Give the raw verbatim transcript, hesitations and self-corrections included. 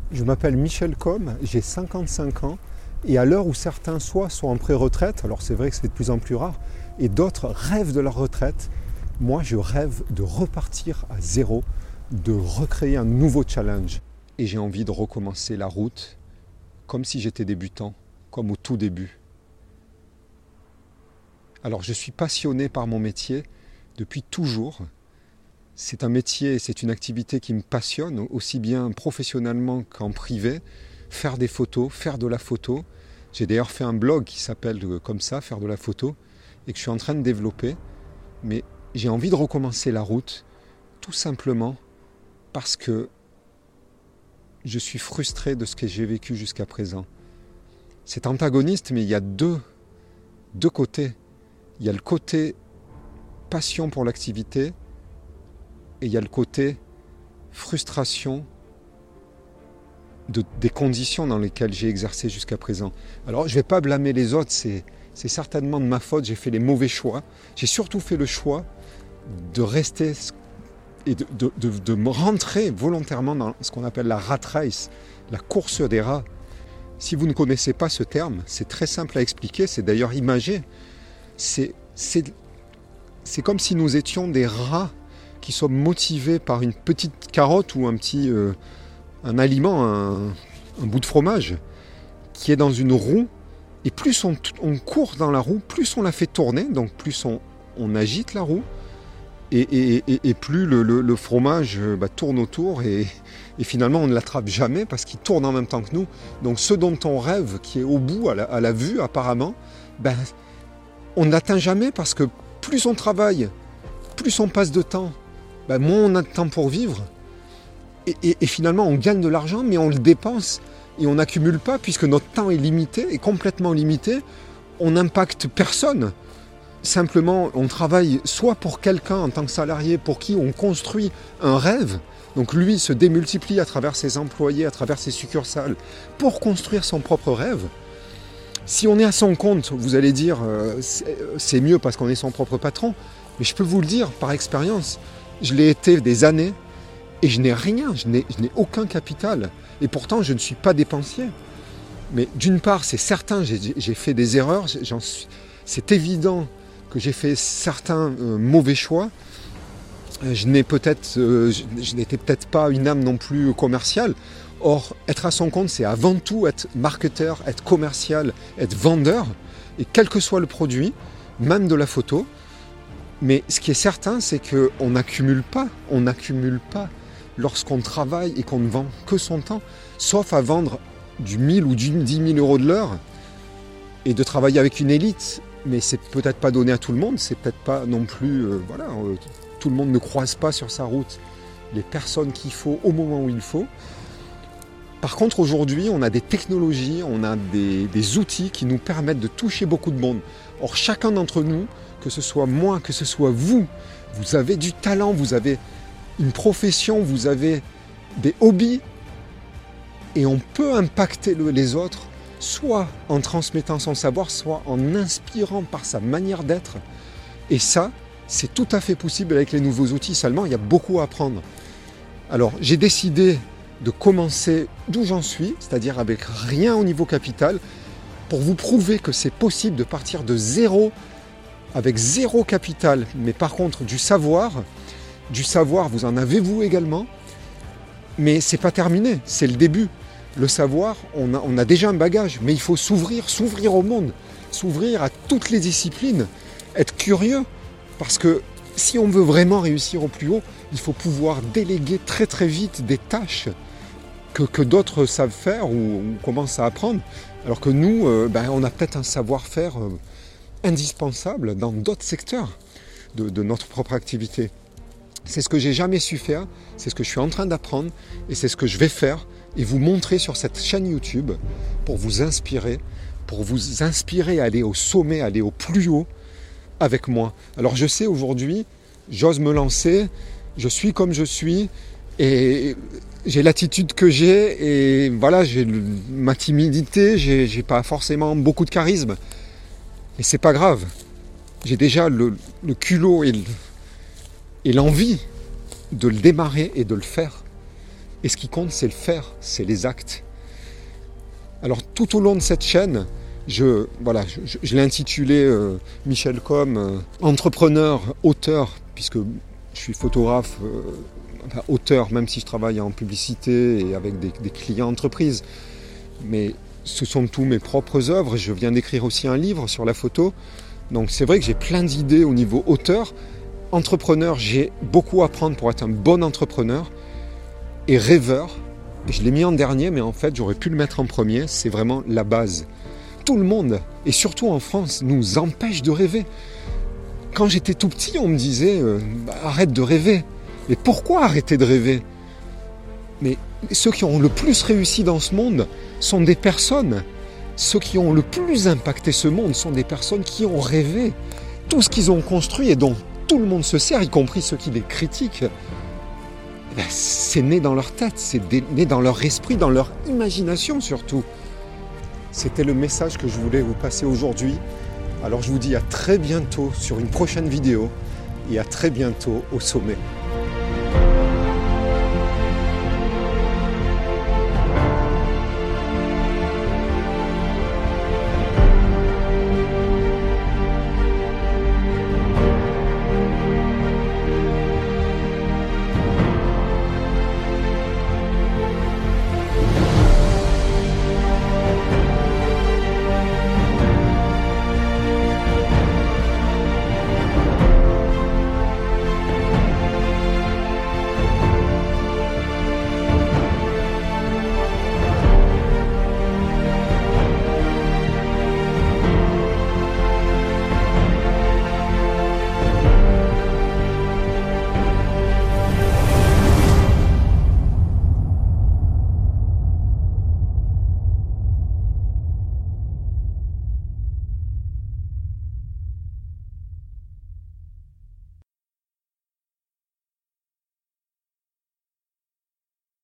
Je m'appelle Michel Combes, j'ai cinquante-cinq ans et à l'heure où certains soit sont en pré-retraite, alors c'est vrai que c'est de plus en plus rare, et d'autres rêvent de leur retraite, moi je rêve de repartir à zéro, de recréer un nouveau challenge. Et j'ai envie de recommencer la route comme si j'étais débutant, comme au tout début. Alors je suis passionné par mon métier depuis toujours. C'est un métier, c'est une activité qui me passionne, aussi bien professionnellement qu'en privé. Faire des photos, faire de la photo. J'ai d'ailleurs fait un blog qui s'appelle comme ça, Faire de la photo, et que je suis en train de développer. Mais j'ai envie de recommencer la route, tout simplement parce que je suis frustré de ce que j'ai vécu jusqu'à présent. C'est antagoniste, mais il y a deux, deux côtés. Il y a le côté passion pour l'activité, et il y a le côté frustration de, des conditions dans lesquelles j'ai exercé jusqu'à présent. Alors je ne vais pas blâmer les autres, c'est, c'est certainement de ma faute, j'ai fait les mauvais choix. J'ai surtout fait le choix de rester et de, de, de, de me rentrer volontairement dans ce qu'on appelle la rat race, la course des rats. Si vous ne connaissez pas ce terme, c'est très simple à expliquer, c'est d'ailleurs imagé. C'est, c'est, c'est comme si nous étions des rats qui sont motivés par une petite carotte ou un petit euh, un aliment, un, un bout de fromage qui est dans une roue, et plus on, on court dans la roue, plus on la fait tourner, donc plus on, on agite la roue, et, et, et, et plus le, le, le fromage bah, tourne autour, et, et finalement on ne l'attrape jamais parce qu'il tourne en même temps que nous. Donc ce dont on rêve, qui est au bout, à la, à la vue apparemment, ben, on ne l'atteint jamais parce que plus on travaille, plus on passe de temps, ben, moins on a de temps pour vivre, et, et, et finalement on gagne de l'argent, mais on le dépense et on n'accumule pas puisque notre temps est limité, est complètement limité. On n'impacte personne. Simplement, on travaille soit pour quelqu'un en tant que salarié pour qui on construit un rêve, donc lui se démultiplie à travers ses employés, à travers ses succursales, pour construire son propre rêve. Si on est à son compte, vous allez dire euh, c'est, c'est mieux parce qu'on est son propre patron, mais je peux vous le dire par expérience, je l'ai été des années et je n'ai rien, je n'ai, je n'ai aucun capital. Et pourtant, je ne suis pas dépensier. Mais d'une part, c'est certain, j'ai, j'ai fait des erreurs, j'en suis, c'est évident que j'ai fait certains euh, mauvais choix. Je, n'ai peut-être, euh, je, je n'étais peut-être pas une âme non plus commerciale. Or, être à son compte, c'est avant tout être marketeur, être commercial, être vendeur, et quel que soit le produit, même de la photo. Mais ce qui est certain, c'est qu'on n'accumule pas, on n'accumule pas lorsqu'on travaille et qu'on ne vend que son temps, sauf à vendre du mille ou du dix mille euros de l'heure et de travailler avec une élite. Mais c'est peut-être pas donné à tout le monde, c'est peut-être pas non plus, euh, voilà, euh, tout le monde ne croise pas sur sa route les personnes qu'il faut au moment où il faut. Par contre, aujourd'hui, on a des technologies, on a des, des outils qui nous permettent de toucher beaucoup de monde. Or, chacun d'entre nous, que ce soit moi, que ce soit vous, vous avez du talent, vous avez une profession, vous avez des hobbies, et on peut impacter le, les autres, soit en transmettant son savoir, soit en inspirant par sa manière d'être. Et ça, c'est tout à fait possible avec les nouveaux outils, seulement il y a beaucoup à apprendre. Alors, j'ai décidé de commencer d'où j'en suis, c'est-à-dire avec rien au niveau capital, pour vous prouver que c'est possible de partir de zéro, avec zéro capital, mais par contre du savoir. Du savoir, vous en avez vous également, mais c'est pas terminé, c'est le début. Le savoir, on a, on a déjà un bagage, mais il faut s'ouvrir, s'ouvrir au monde, s'ouvrir à toutes les disciplines, être curieux, parce que si on veut vraiment réussir au plus haut, il faut pouvoir déléguer très très vite des tâches que, que d'autres savent faire ou, ou commencent à apprendre, alors que nous, euh, ben, on a peut-être un savoir-faire euh, indispensable dans d'autres secteurs de, de notre propre activité. C'est ce que j'ai jamais su faire, c'est ce que je suis en train d'apprendre et c'est ce que je vais faire et vous montrer sur cette chaîne YouTube pour vous inspirer, pour vous inspirer à aller au sommet, à aller au plus haut avec moi. Alors je sais aujourd'hui, j'ose me lancer, je suis comme je suis et j'ai l'attitude que j'ai et voilà, j'ai ma timidité, j'ai, j'ai pas forcément beaucoup de charisme, mais c'est pas grave. J'ai déjà le, le culot et, le, et l'envie de le démarrer et de le faire. Et ce qui compte, c'est le faire, c'est les actes. Alors tout au long de cette chaîne, je, voilà, je, je l'ai intitulé euh, Michel Combes, euh, entrepreneur, auteur, puisque je suis photographe, euh, enfin, auteur, même si je travaille en publicité et avec des, des clients entreprises. Mais ce sont tous mes propres œuvres. Je viens d'écrire aussi un livre sur la photo. Donc c'est vrai que j'ai plein d'idées au niveau auteur. Entrepreneur, j'ai beaucoup à apprendre pour être un bon entrepreneur. Et rêveur, je l'ai mis en dernier, mais en fait j'aurais pu le mettre en premier, c'est vraiment la base. Tout le monde, et surtout en France, nous empêche de rêver. Quand j'étais tout petit, on me disait euh, bah, arrête de rêver. Mais pourquoi arrêter de rêver? Mais ceux qui ont le plus réussi dans ce monde sont des personnes. Ceux qui ont le plus impacté ce monde sont des personnes qui ont rêvé. Tout ce qu'ils ont construit et dont tout le monde se sert, y compris ceux qui les critiquent, ben, c'est né dans leur tête, c'est né dans leur esprit, dans leur imagination surtout. C'était le message que je voulais vous passer aujourd'hui. Alors je vous dis à très bientôt sur une prochaine vidéo et à très bientôt au sommet.